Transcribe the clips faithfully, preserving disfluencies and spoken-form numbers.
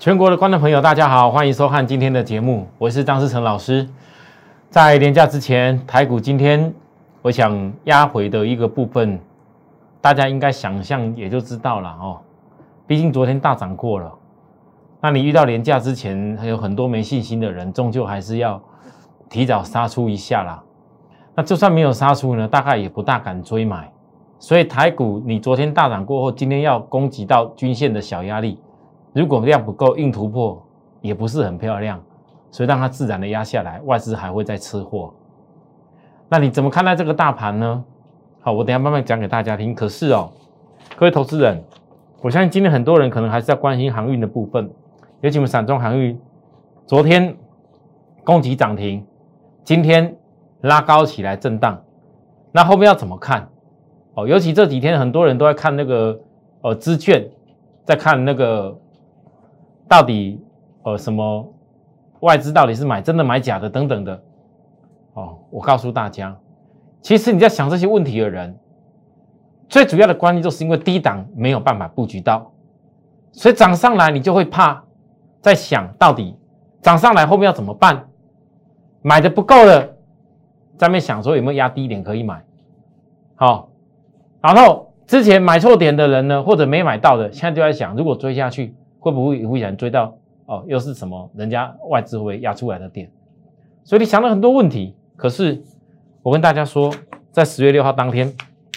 全国的观众朋友，大家好，欢迎收看今天的节目，我是张世成老师。在连假之前，台股今天我想压回的一个部分，大家应该想象也就知道了哦。毕竟昨天大涨过了，那你遇到连假之前，还有很多没信心的人，终究还是要提早杀出一下啦。那就算没有杀出呢，大概也不大敢追买。所以台股你昨天大涨过后，今天要攻击到均线的小压力。如果量不够，硬突破也不是很漂亮，所以让它自然的压下来，外资还会再吃货。那你怎么看待这个大盘呢？好，我等一下慢慢讲给大家听。可是哦，各位投资人，我相信今天很多人可能还是要关心航运的部分，尤其我们散装航运，昨天攻击涨停，今天拉高起来震荡，那后面要怎么看？哦，尤其这几天很多人都在看那个呃资券，在看那个。到底呃什么外资到底是买真的买假的等等的哦，我告诉大家，其实你在想这些问题的人，最主要的关键就是因为低档没有办法布局到，所以涨上来你就会怕，在想到底涨上来后面要怎么办，买的不够了，在那边想说有没有压低一点可以买，好，然后之前买错点的人呢，或者没买到的，现在就在想，如果追下去。会不会忽然追到哦？又是什么人家外资会压出来的点？所以你想了很多问题。可是我跟大家说，在十月六号当天，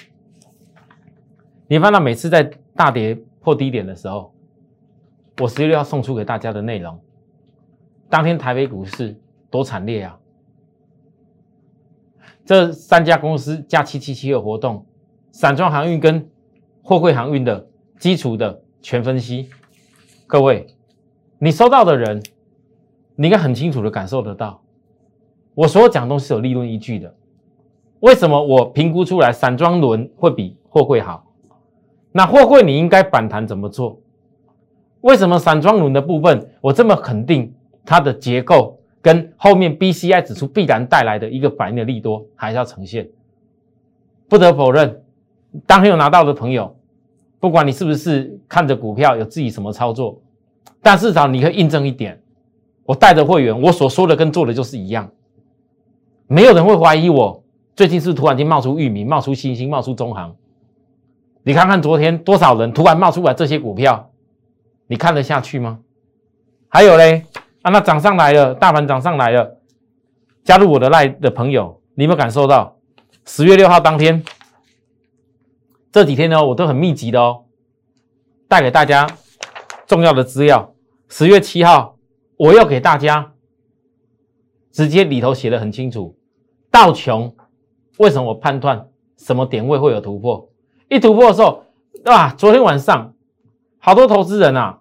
你看到每次在大跌破低点的时候，我十月六号送出给大家的内容，当天台北股市多惨烈啊！这三家公司加七七七的活动，散装航运跟货柜航运的基础的全分析。各位，你收到的人，你应该很清楚的感受得到，我所有讲的东西是有理论依据的。为什么我评估出来散装轮会比货柜好？那货柜你应该反弹怎么做？为什么散装轮的部分我这么肯定它的结构跟后面 B C I 指数必然带来的一个反应的利多还是要呈现？不得否认，当天有拿到的朋友。不管你是不是看着股票有自己什么操作，但至少你可以印证一点，我带着会员，我所说的跟做的就是一样，没有人会怀疑我最近是不是突然间冒出裕民、冒出新兴、冒出中航。你看看昨天多少人突然冒出来这些股票，你看得下去吗？还有嘞，啊，那涨上来了，大盘涨上来了，加入我的 LINE 的朋友，你有没有感受到十月六号当天？这几天呢，我都很密集的哦，带给大家重要的资料。十月七号，我要给大家直接里头写得很清楚，道琼为什么我判断什么点位会有突破？一突破的时候，哇，昨天晚上好多投资人啊，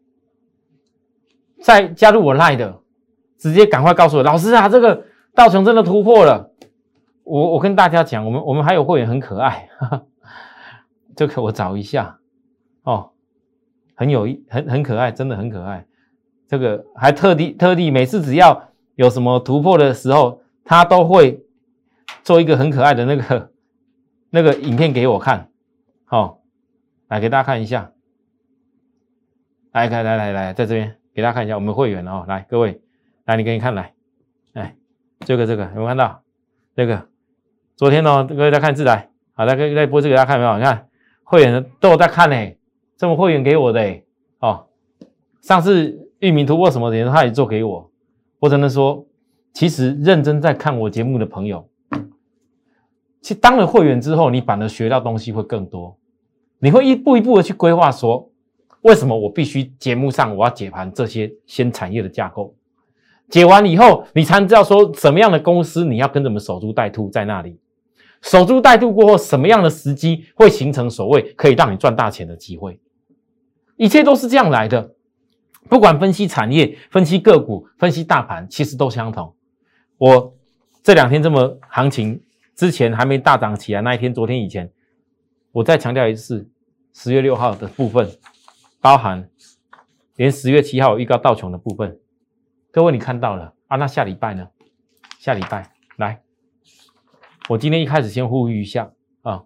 在加入我 LINE 的，直接赶快告诉我，老师啊，这个道琼真的突破了。我我跟大家讲，我们我们还有会员很可爱。呵呵这个我找一下哦，很有很很可爱，真的很可爱。这个还特地特地每次只要有什么突破的时候，他都会做一个很可爱的那个那个影片给我看。好、哦，来给大家看一下。来来来来来，在这边给大家看一下我们会员哦。来，各位，来你给你看来，哎，这个这个有没有看到？这个昨天哦，各位再看字来，好，再再播这个大家看有没有？你看。会员都有在看呢、欸，这么会员给我的、欸、哦，上次裕民突破什么的，他也做给我。我只能说，其实认真在看我节目的朋友，其实当了会员之后，你反而学到东西会更多。你会一步一步的去规划说，为什么我必须节目上我要解盘这些先产业的架构，解完以后，你才知道说什么样的公司你要跟着我们守株待兔在那里。守株待兔过后，什么样的时机会形成所谓可以让你赚大钱的机会？一切都是这样来的。不管分析产业、分析个股、分析大盘，其实都相同。我这两天这么行情之前还没大涨起来那一天，昨天以前，我再强调一次，十月六号的部分，包含连十月七号预告道琼的部分，各位你看到了啊？那下礼拜呢？下礼拜来。我今天一开始先呼吁一下啊，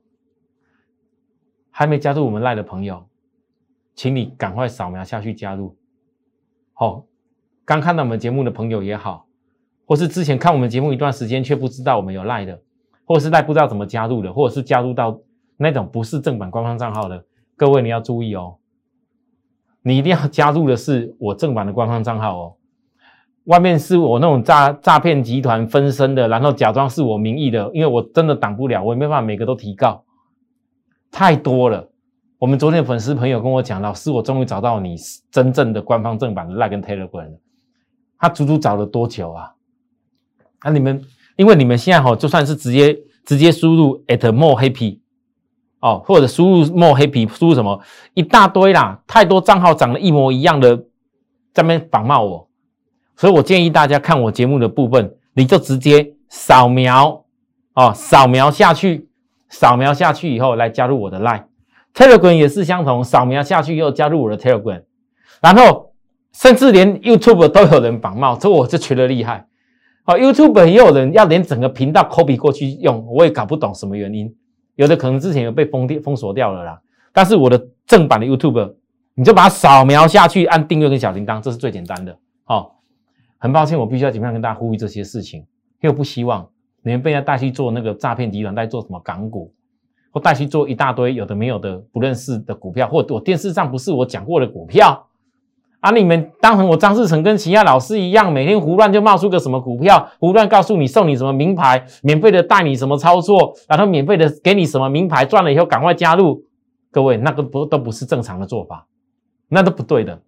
还没加入我们 LINE 的朋友，请你赶快扫描下去加入。 好，刚看到我们节目的朋友也好，或是之前看我们节目一段时间却不知道我们有 LINE 的，或是 LINE 不知道怎么加入的，或者是加入到那种不是正版官方账号的，各位你要注意哦，你一定要加入的是我正版的官方账号哦。外面是我那种诈诈骗集团分身的，然后假装是我名义的，因为我真的挡不了，我也没办法每个都提告，太多了。我们昨天的粉丝朋友跟我讲，老师，我终于找到你真正的官方正版的 LINE 跟 Telegram 了。他足足找了多久啊？啊，你们因为你们现在齁，就算是直接直接输入 at more happy 哦，或者输入 more happy， 输入什么一大堆啦，太多账号长得一模一样的，在那边仿冒我。所以我建议大家看我节目的部分，你就直接扫描哦，扫描下去，扫描下去以后来加入我的 LINE。Telegram 也是相同，扫描下去以后加入我的 Telegram， 然后甚至连 YouTube 都有人仿冒，这我就觉得厉害。哦 YouTube 也有人要连整个频道 copy 过去用，我也搞不懂什么原因，有的可能之前有被封封锁掉了啦。但是我的正版的 YouTube， 你就把它扫描下去，按订阅跟小铃铛，这是最简单的。哦，很抱歉，我必须要尽量跟大家呼吁这些事情，因为我不希望你们被人家带去做那个诈骗集团，带做什么港股。或带去做一大堆有的没有的不认识的股票，或我电视上不是我讲过的股票啊！你们当成我张志成跟其他老师一样，每天胡乱就冒出个什么股票，胡乱告诉你送你什么名牌，免费的带你什么操作，然后免费的给你什么名牌，赚了以后赶快加入。各位，那个不都不是正常的做法，那都不对的。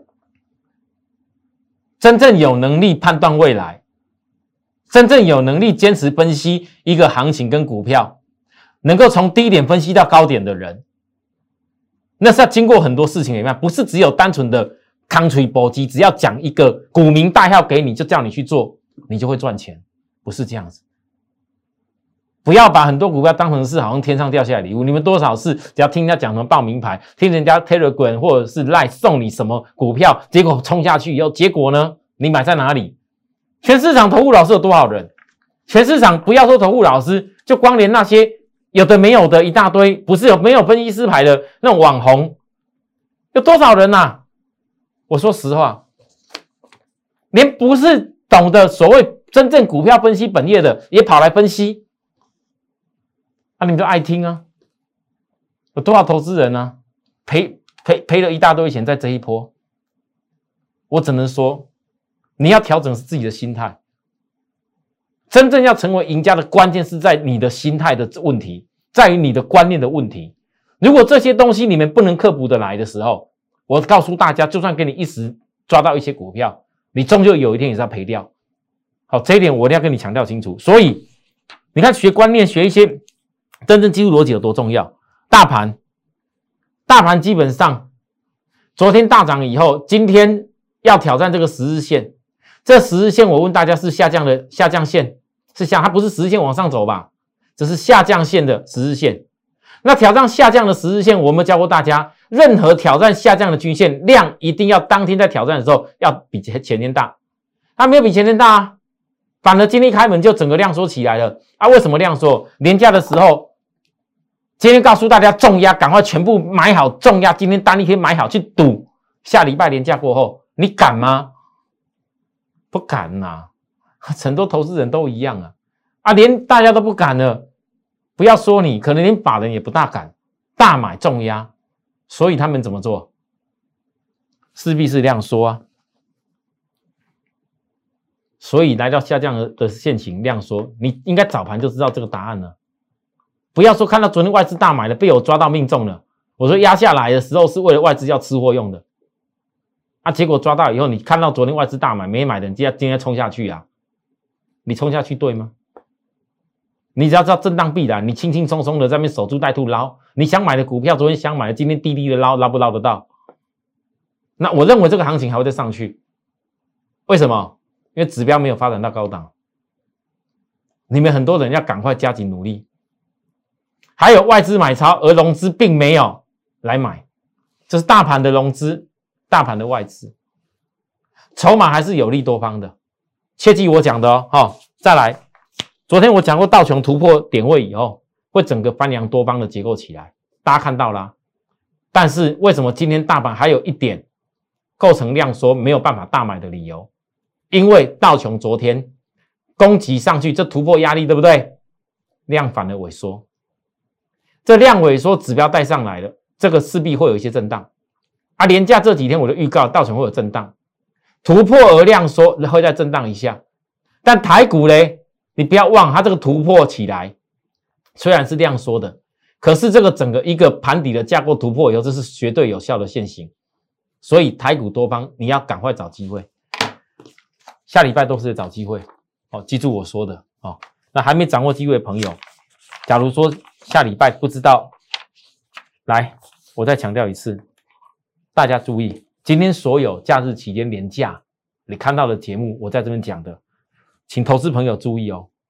真正有能力判断未来，真正有能力坚持分析一个行情跟股票，能够从低点分析到高点的人，那是要经过很多事情的，不是只有单纯的康吹波机，只要讲一个股民代号给你，就叫你去做，你就会赚钱，不是这样子。不要把很多股票当成是好像天上掉下来的礼物，你们多少次只要听人家讲什么报名牌，听人家 Telegram 或者是 LINE 送你什么股票，结果冲下去以后，结果呢，你买在哪里？全市场投顾老师有多少人？全市场不要说投顾老师，就光连那些有的没有的一大堆，不是有没有分析师牌的那种网红，有多少人啊？我说实话，连不是懂得所谓真正股票分析本业的，也跑来分析，啊，你们就爱听啊？有多少投资人啊？赔赔赔了一大堆钱在这一波，我只能说，你要调整自己的心态。真正要成为赢家的关键是在你的心态的问题，在于你的观念的问题。如果这些东西你们不能克服的来的时候，我告诉大家，就算给你一时抓到一些股票，你终究有一天也是要赔掉。好，这一点我一定要跟你强调清楚。所以，你看学观念，学一些真正技术逻辑有多重要。大盘，大盘基本上昨天大涨以后，今天要挑战这个十日线。这十日线我问大家是下降的下降线，是下，它不是十日线往上走吧？这是下降线的十日线。那挑战下降的十日线，我们教过大家，任何挑战下降的均线量一定要当天在挑战的时候要比前天大，它没有比前天大啊，反而今天开门就整个量缩起来了啊！为什么量缩？连假的时候，今天告诉大家重压，赶快全部买好重压，今天单一天买好去赌下礼拜连假过后，你敢吗？不敢呐、啊，很多投资人都一样啊，啊，连大家都不敢了，不要说你，可能连法人也不大敢大买重压，所以他们怎么做？势必是量缩啊，所以来到下降的的线型量缩，你应该早盘就知道这个答案了。不要说看到昨天外资大买了，被我抓到命中了，我说压下来的时候是为了外资要吃货用的。啊，结果抓到以后，你看到昨天外资大买，没买的人今天今天冲下去啊，你冲下去对吗？你只要知道震荡必然，你轻轻松松的在那边守株待兔捞，你想买的股票，昨天想买的，今天低低的捞，捞不捞得到？那我认为这个行情还会再上去，为什么？因为指标没有发展到高档，你们很多人要赶快加紧努力。还有外资买超，而融资并没有来买，这是大盘的融资。大盘的外资筹码还是有利多方的，切记我讲的哦。哦，再来，昨天我讲过道琼突破点位以后，会整个翻扬多方的结构起来，大家看到啦。但是为什么今天大盘还有一点构成量缩没有办法大买的理由，因为道琼昨天攻击上去，这突破压力，对不对？量反而萎缩，这量萎缩指标带上来了，这个势必会有一些震荡啊。连假这几天我的预告，道琼会有震荡，突破而量缩会再震荡一下，但台股嘞，你不要忘，它这个突破起来，虽然是量缩的，可是这个整个一个盘底的架构突破以后，这是绝对有效的现形，所以台股多方你要赶快找机会，下礼拜都是找机会哦，记住我说的哦。那还没掌握机会的朋友，假如说下礼拜不知道，来，我再强调一次，大家注意，今天所有假日期间连假你看到的节目，我在这边讲的，请投资朋友注意哦。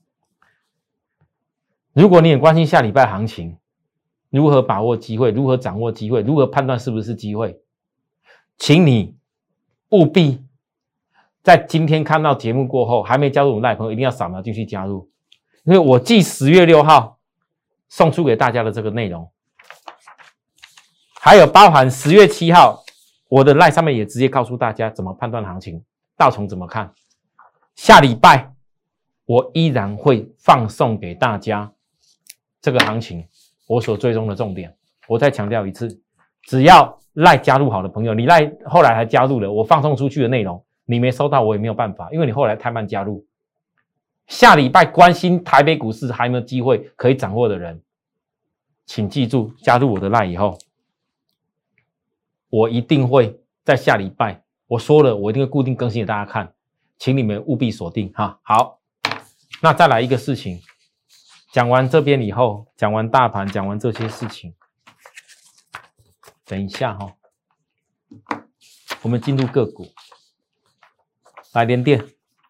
如果你很关心下礼拜行情，如何把握机会，如何掌握机会，如何判断是不是机会，请你务必在今天看到节目过后，还没加入我们赖朋友，一定要扫描进去加入，因为我继十月六号送出给大家的这个内容，还有包含十月七号我的赖上面也直接告诉大家怎么判断行情，道琼怎么看。下礼拜我依然会放送给大家这个行情我所追踪的重点。我再强调一次，只要赖加入好的朋友，你赖后来还加入了，我放送出去的内容你没收到，我也没有办法，因为你后来太慢加入。下礼拜关心台北股市还有没有机会可以掌握的人，请记住加入我的 LINE 以后，我一定会在下礼拜，我说了我一定会固定更新给大家看，请你们务必锁定哈。好，那再来一个事情，讲完这边以后，讲完大盘，讲完这些事情，等一下哈，我们进入个股。来联电，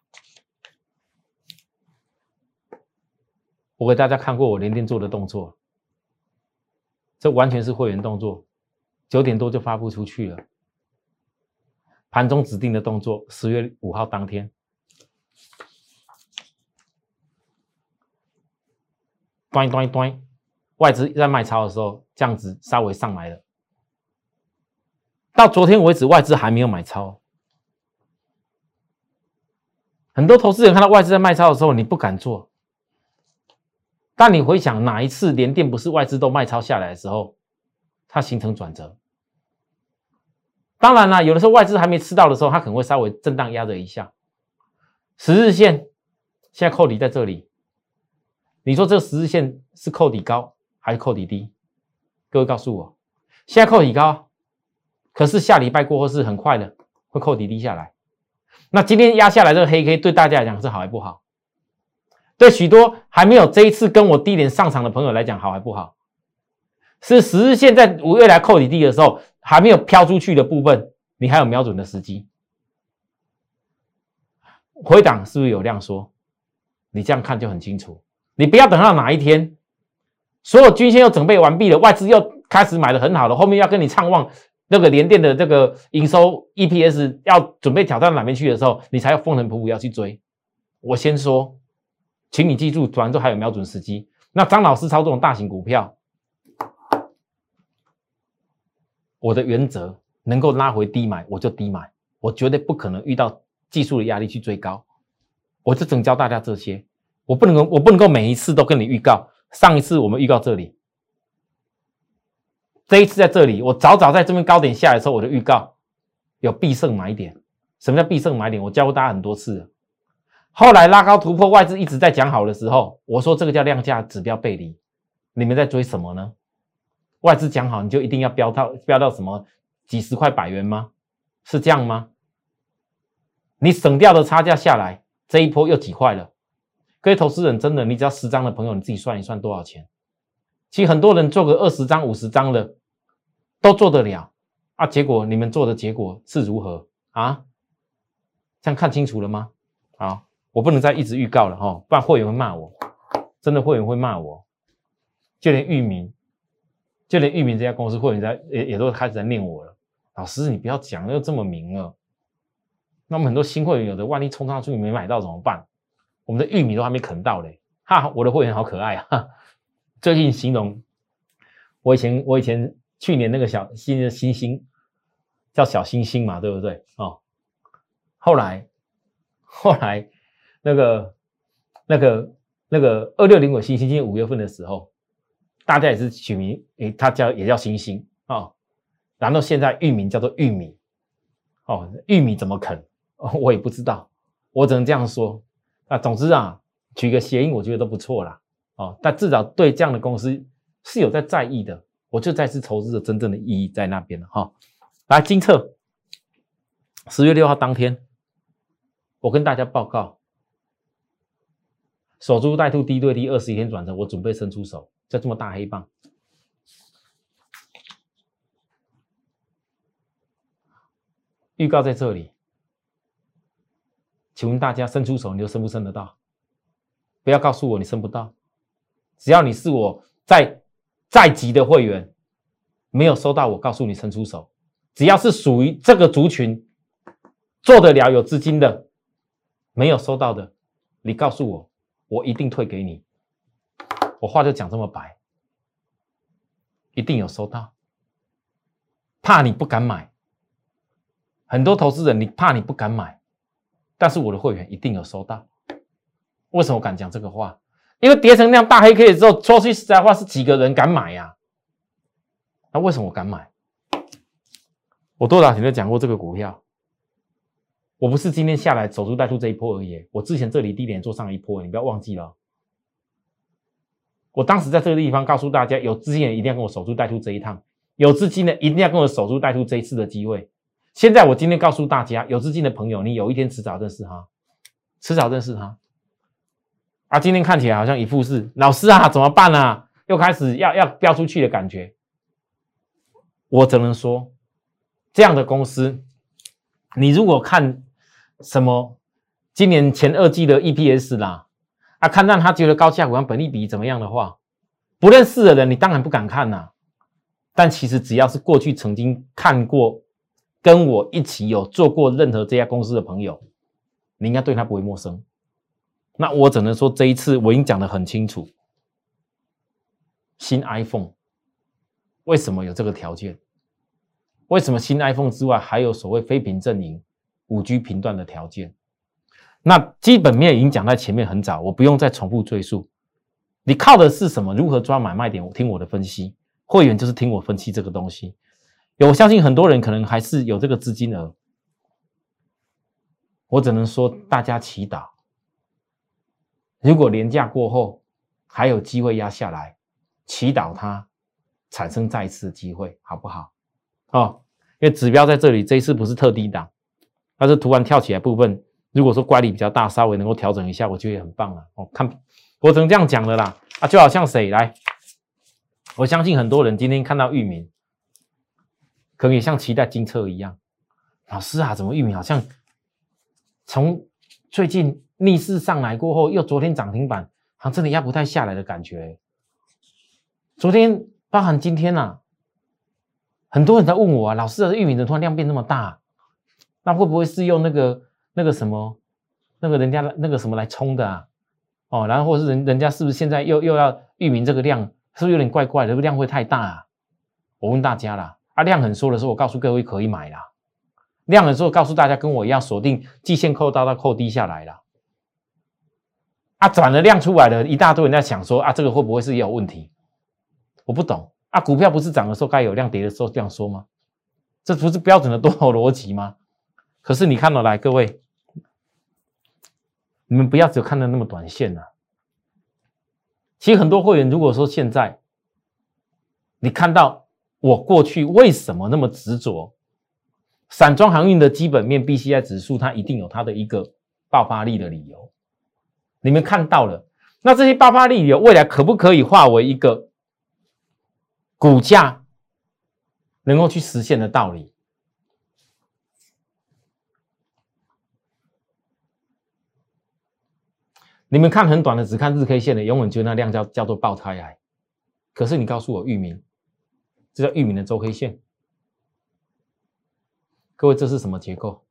我给大家看过我联电做的动作，这完全是会员动作，九点多就发布出去了，盘中指定的动作，十月五号当天，端一端一端，外资在卖超的时候，这样子稍微上来了，到昨天为止，外资还没有买超。很多投资人看到外资在卖超的时候，你不敢做。但你回想哪一次联电不是外资都卖超下来的时候，它形成转折。当然啦，有的时候外资还没吃到的时候，它可能会稍微震荡压着一下。十日线现在扣底在这里，你说这个十日线是扣底高还是扣底低？各位告诉我，现在扣底高，可是下礼拜过后是很快的会扣底低下来。那今天压下来这个黑 K 对大家来讲是好还不好？对许多还没有这一次跟我低点上场的朋友来讲，好还不好？是十日线在五月来扣底低的时候，还没有飘出去的部分，你还有瞄准的时机。回档是不是有量缩？你这样看就很清楚。你不要等到哪一天，所有均线又准备完毕了，外资又开始买的很好了，后面要跟你畅旺那个联电的这个营收 E P S 要准备挑战哪边去的时候，你才要风尘仆仆要去追。我先说，请你记住，转完之后还有瞄准时机。那张老师操作的大型股票，我的原则能够拉回低买我就低买，我绝对不可能遇到技术的压力去追高。我就只能教大家这些，我不能够我不能够每一次都跟你预告。上一次我们预告这里。这一次在这里，我早早在这边高点下来的时候，我就预告有必胜买点。什么叫必胜买点？我教过大家很多次了。后来拉高突破，外资一直在讲好的时候，我说这个叫量价指标背离。你们在追什么呢？外资讲好，你就一定要飙到飙到什么几十块百元吗？是这样吗？你省掉的差价下来，这一波又几块了。各位投资人，真的，你只要十张的朋友，你自己算一算多少钱？其实很多人做个二十张、五十张的都做得了啊，结果你们做的结果是如何啊？这样看清楚了吗？好，我不能再一直预告了哈，不然会员会骂我，真的会员会骂我，就连裕民，就连裕民这家公司会员在也也都开始在念我了。老师，你不要讲又这么明了，那么很多新会员有的万一冲上去你没买到怎么办？我们的玉米都还没啃到嘞，哈，我的会员好可爱啊！最近形容我以前我以前去年那个小新的星星， 叫小星星嘛，对不对？哦，后来后来那个那个那个二六零五星星，今年五月份的时候，大家也是取名，诶，它叫也叫星星哦。然后现在域名叫做玉米，哦，玉米怎么啃？哦，我也不知道，我只能这样说。啊，总之啊，取个谐音，我觉得都不错啦。哦，但至少对这样的公司是有在在意的，我就再次投资的真正的意义在那边了哈、哦。来，精测十月六号当天，我跟大家报告，守株待兔低对低二十一天转成，我准备伸出手，就这么大黑棒。预告在这里，请问大家伸出手，你就伸不伸得到？不要告诉我你伸不到，只要你是我在在籍的会员，没有收到我告诉你伸出手，只要是属于这个族群做得了有资金的，没有收到的，你告诉我，我一定退给你。我话就讲这么白，一定有收到，怕你不敢买。很多投资人，你怕你不敢买，但是我的会员一定有收到。为什么我敢讲这个话？因为跌成那样大黑 K 之后，说句实在话，是几个人敢买呀、啊？那为什么我敢买？我多少天都讲过这个股票，我不是今天下来守株待兔这一波而已，我之前这里低点做上一波，你不要忘记了。我当时在这个地方告诉大家，有资金的一定要跟我守株待兔这一趟，有资金的一定要跟我守株待兔这一次的机会。现在我今天告诉大家，有资金的朋友，你有一天迟早认识他，迟早认识他。啊，今天看起来好像一副是老师啊，怎么办啊？又开始要要飙出去的感觉。我只能说，这样的公司，你如果看什么今年前二季的 E P S 啦，啊，看到他觉得高价股本益比怎么样的话，不认识的人你当然不敢看呐、啊。但其实只要是过去曾经看过，跟我一起有做过任何这家公司的朋友，你应该对他不会陌生。那我只能说这一次我已经讲得很清楚，新 iPhone 为什么有这个条件？为什么新 iPhone 之外还有所谓非屏阵营 五 G 频段的条件？那基本面已经讲在前面很早，我不用再重复赘述。你靠的是什么？如何抓买卖点？我听我的分析，会员就是听我分析这个东西。有，我相信很多人可能还是有这个资金额，我只能说大家祈祷，如果连假过后还有机会压下来，祈祷它产生再一次的机会，好不好？哦，因为指标在这里，这一次不是特低档，它是突然跳起来部分，如果说乖离比较大，稍微能够调整一下，我觉得也很棒了。哦，看我只能这样讲的啦。啊，就好像谁来，我相信很多人今天看到裕民，可能也像期待金策一样，老师啊，怎么裕民好像从最近逆势上来过后，又昨天涨停板，好像真的压不太下来的感觉。昨天包含今天啊，很多人在问我啊，老师的裕民怎么突然量变那么大？那会不会是用那个那个什么那个人家那个什么来冲的啊？哦，然后或是人人家是不是现在又又要裕民这个量，是不是有点怪怪的？这个量会太大啊？我问大家啦，啊量很缩的时候，我告诉各位可以买啦。量很缩，告诉大家跟我一样锁定季线扣到到扣低下来啦。啊，转了量出来了，一大堆人在想说啊，这个会不会是也有问题？我不懂啊，股票不是涨的时候该有量，跌的时候这样说吗？这不是标准的多头逻辑吗？可是你看到来，各位，你们不要只有看到那么短线啊。其实很多会员，如果说现在你看到我过去为什么那么执着，散装航运的基本面 B C I 指数，它一定有它的一个爆发力的理由。你们看到了，那这些爆发力理由未来可不可以化为一个股价能够去实现的道理？你们看很短的，只看日 K 线的，永远觉得那量叫叫做爆开来。可是你告诉我裕民，这叫裕民的周 K 线。各位，这是什么结构？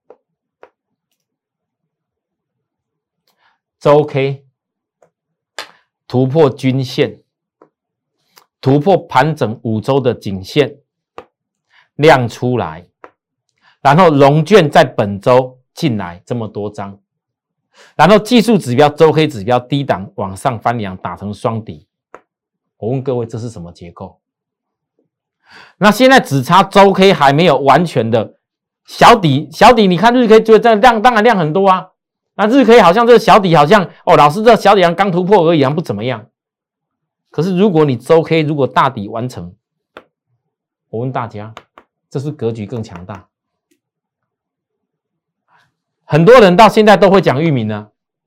周 K 突破均线，突破盘整五周的颈线，量出来， 然后融券在本周进来这么多张，然后技术指标周 K 指标低档往上翻扬打成双底，我问各位这是什么结构？那现在只差周 K 还没有完全的小底，小底你看日 K 觉得这量当然量很多啊，那日 K 好像这个小底好像哦，老师这小底刚突破而已，不怎么样。可是如果你周 K 如果大底完成，我问大家，这是格局更强大。很多人到现在都会讲裕民呢，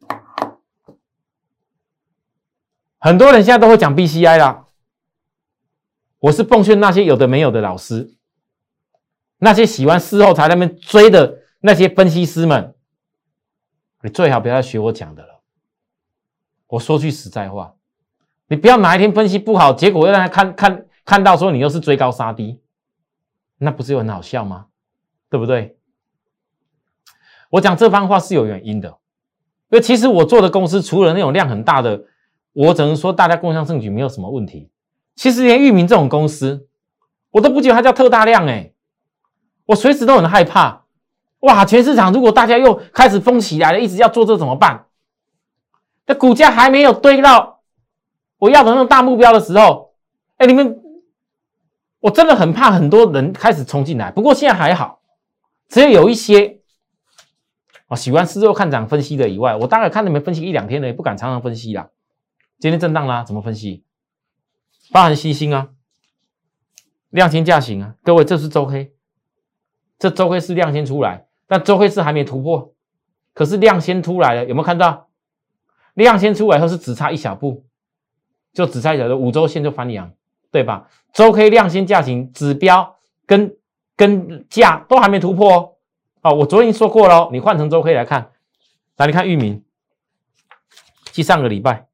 很多人现在都会讲 B C I 啦。我是奉劝那些有的没有的老师，那些喜欢事后才在那边追的那些分析师们，你最好不要再学我讲的了。我说句实在话，你不要哪一天分析不好，结果又让他看看看到说你又是追高杀低，那不是又很好笑吗？对不对？我讲这番话是有原因的，因为其实我做的公司除了那种量很大的，我只能说大家共襄盛举没有什么问题。其实连裕民这种公司，我都不觉得它叫特大量哎，我随时都很害怕。哇，全市场如果大家又开始疯起来了，一直要做这怎么办？那股价还没有堆到我要的那种大目标的时候，哎，你们，我真的很怕很多人开始冲进来。不过现在还好，只有有一些哦喜欢事后看涨分析的以外，我大概看你们分析一两天了，也不敢常常分析啦。今天震荡啦，怎么分析？包含新兴啊，量先价行啊，各位这是周 K， 这周 K 是量先出来，但周 K 是还没突破，可是量先出来了，有没有看到？量先出来后是只差一小步，就只差一小步，五周线就翻阳，对吧？周 K 量先价行指标跟跟价都还没突破哦。哦，我昨天说过了，你换成周 K 来看，来你看裕民，继上个礼拜，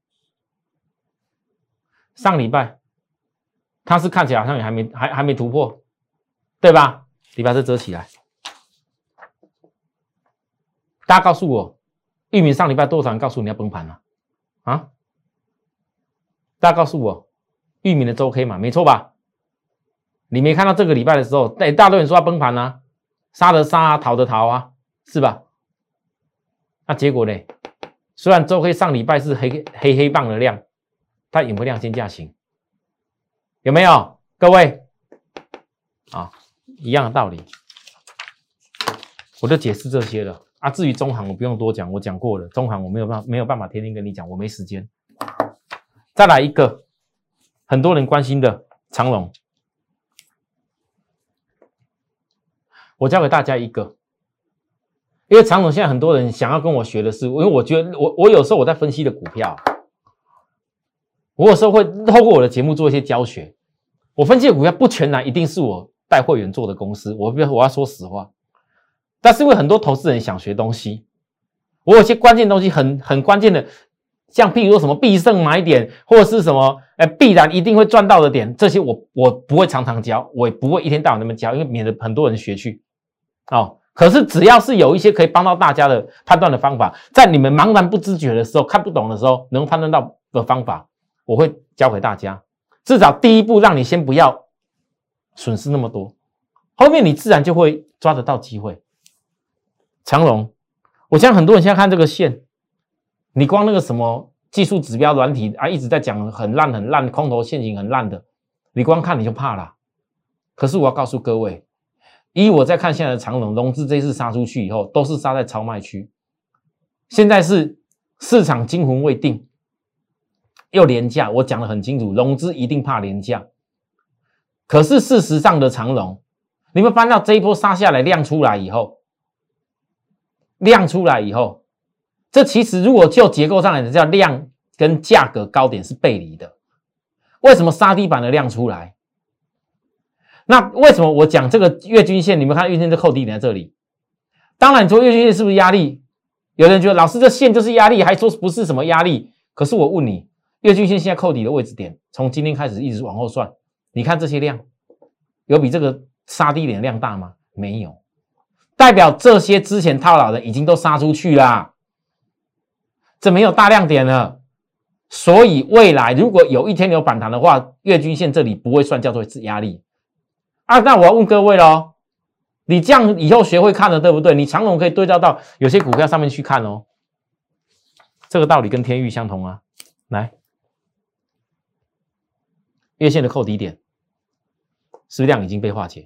上礼拜。它是看起来好像也还没还还没突破，对吧？你把这遮起来。大家告诉我，裕民上礼拜多少人告诉你要崩盘了？啊？大家告诉我，裕民的周 K 嘛，没错吧？你没看到这个礼拜的时候，一大堆人说要崩盘啊，杀的杀啊，逃的逃啊，是吧？那结果呢？虽然周 K 上礼拜是黑黑黑棒的量，它有没有量先价行？有没有各位啊？一样的道理，我就解释这些了啊。至于中航，我不用多讲，我讲过了。中航我没有办法没有办法天天跟你讲，我没时间。再来一个，很多人关心的长荣，我教给大家一个，因为长荣现在很多人想要跟我学的是，因为我觉得我我有时候我在分析的股票。我有时候会透过我的节目做一些教学，我分析的股票不全然一定是我带会员做的公司，我我要说实话，但是因为很多投资人想学东西，我有些关键东西很很关键的，像譬如说什么必胜买点，或者是什么呃必然一定会赚到的点，这些我我不会常常教，我也不会一天到晚那么教，因为免得很多人学去哦。可是只要是有一些可以帮到大家的判断的方法，在你们茫然不知觉的时候，看不懂的时候，能判断到的方法。我会教给大家，至少第一步让你先不要损失那么多，后面你自然就会抓得到机会。长荣，我相信很多人现在看这个线，你光那个什么技术指标软体啊，一直在讲很烂很烂，空头陷阱很烂的，你光看你就怕了。可是我要告诉各位，以我在看现在的长荣融资这一次杀出去以后，都是杀在超卖区，现在是市场惊魂未定。又廉价，我讲得很清楚，融资一定怕廉价。可是事实上的长荣，你们翻到这一波杀下来量出来以后，量出来以后，这其实如果就结构上来讲，叫量跟价格高点是背离的。为什么杀低板的量出来？那为什么我讲这个月均线？你们看月均线的扣低点在这里。当然，你说月均线是不是压力？有人觉得老师这线就是压力，还说不是什么压力。可是我问你，月均线现在扣底的位置点，从今天开始一直往后算，你看这些量，有比这个杀低点的量大吗？没有，代表这些之前套牢的已经都杀出去啦，这没有大量点了。所以未来如果有一天有反弹的话，月均线这里不会算叫做是压力啊。那我要问各位咯， 你这样以后学会看了，对不对？你长荣可以对照到有些股票上面去看哦。这个道理跟天钰相同啊。来，月线的扣底点，是不是量已经被化解？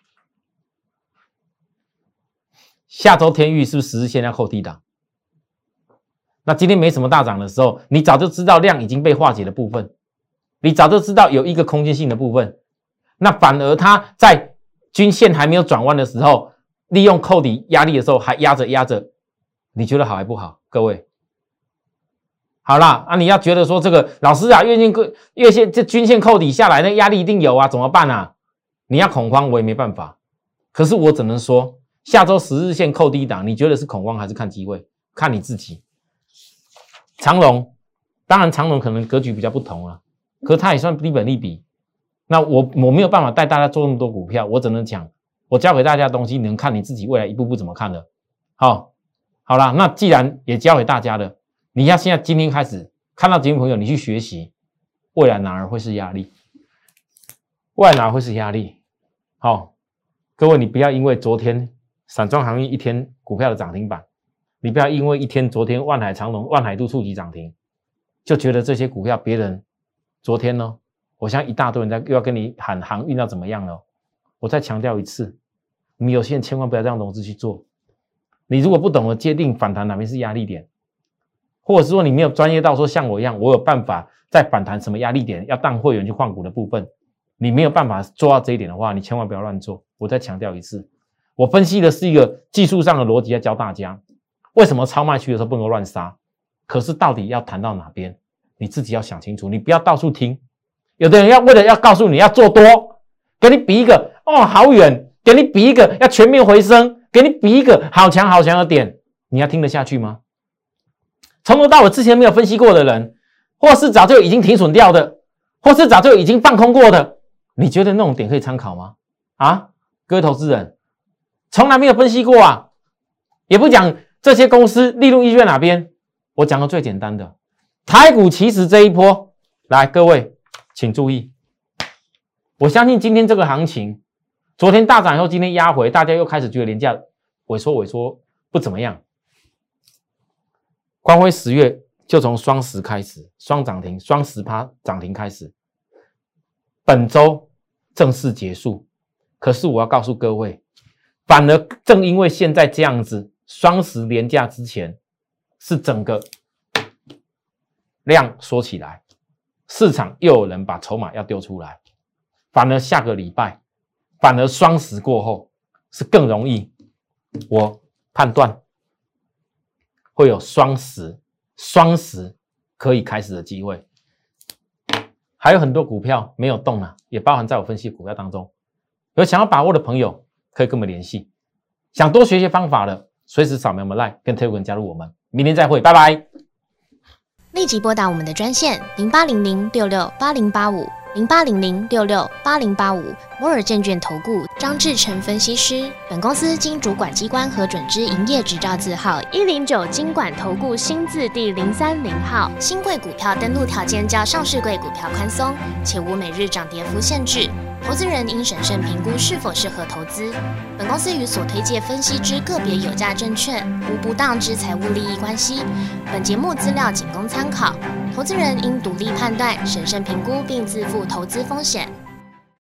下周天钰是不是十日线要扣低档？那今天没什么大涨的时候，你早就知道量已经被化解的部分，你早就知道有一个空间性的部分，那反而它在均线还没有转弯的时候，利用扣底压力的时候还压着压着，你觉得好还不好？各位，好啦，啊，你要觉得说这个老师啊，月线月线这均线扣底下来，那压力一定有啊，怎么办啊？你要恐慌，我也没办法。可是我只能说，下周十日线扣低档，你觉得是恐慌还是看机会？看你自己。长荣，当然长荣可能格局比较不同啊，可是它也算低本利比。那我我没有办法带大家做那么多股票，我只能讲，我教给大家的东西，你能看你自己未来一步步怎么看的。好，好啦，那既然也教给大家了，你要现在今天开始看到节目朋友，你去学习，未来哪儿会是压力？未来哪儿会是压力？好，各位你不要因为昨天散装航运一天股票的涨停板，你不要因为一天昨天万海长荣、万海都触及涨停，就觉得这些股票别人昨天呢？我相信一大堆人在又要跟你喊航运要怎么样了。我再强调一次，你们有些人千万不要这样融资去做。你如果不懂得界定反弹哪边是压力点，或者是说你没有专业到说像我一样，我有办法在反弹什么压力点要当会员去换股的部分，你没有办法做到这一点的话，你千万不要乱做。我再强调一次，我分析的是一个技术上的逻辑，要教大家为什么超卖区的时候不能乱杀。可是到底要谈到哪边，你自己要想清楚，你不要到处听。有的人要为了要告诉你要做多，给你比一个哦好远，给你比一个要全面回升，给你比一个好强好强的点，你要听得下去吗？从头到尾之前没有分析过的人，或是早就已经停损掉的，或是早就已经放空过的，你觉得那种点可以参考吗？啊，各位投资人，从来没有分析过啊，也不讲这些公司利润依据在哪边，我讲个最简单的，台股其实这一波，来各位。请注意，我相信今天这个行情，昨天大涨以后，今天压回，大家又开始觉得廉价萎缩萎缩不怎么样。光辉十月就从双十开始，双涨停，双十趴涨停开始，本周正式结束。可是我要告诉各位，反而正因为现在这样子，双十连假之前是整个量缩起来。市场又有人把筹码要丢出来，反而下个礼拜，反而双十过后是更容易，我判断会有双十双十可以开始的机会。还有很多股票没有动啊，也包含在我分析的股票当中。有想要把握的朋友可以跟我们联系，想多学些方法的，随时扫描我们 LINE 跟 Telegram 加入我们。明天再会，拜拜。 立即拨打我们的专线零八零零六六八零八五零八零零六六八零八五摩尔证券投顾张志成分析师。本公司经主管机关核准之营业执照字号一零九金管投顾新字第零三零号。新贵股票登录条件较上市贵股票宽松，且无每日涨跌幅限制。投资人应审慎评估是否适合投资。本公司与所推介分析之个别有价证券无不当之财务利益关系。本节目资料仅供参考，投资人应独立判断、审慎评估并自负投资风险。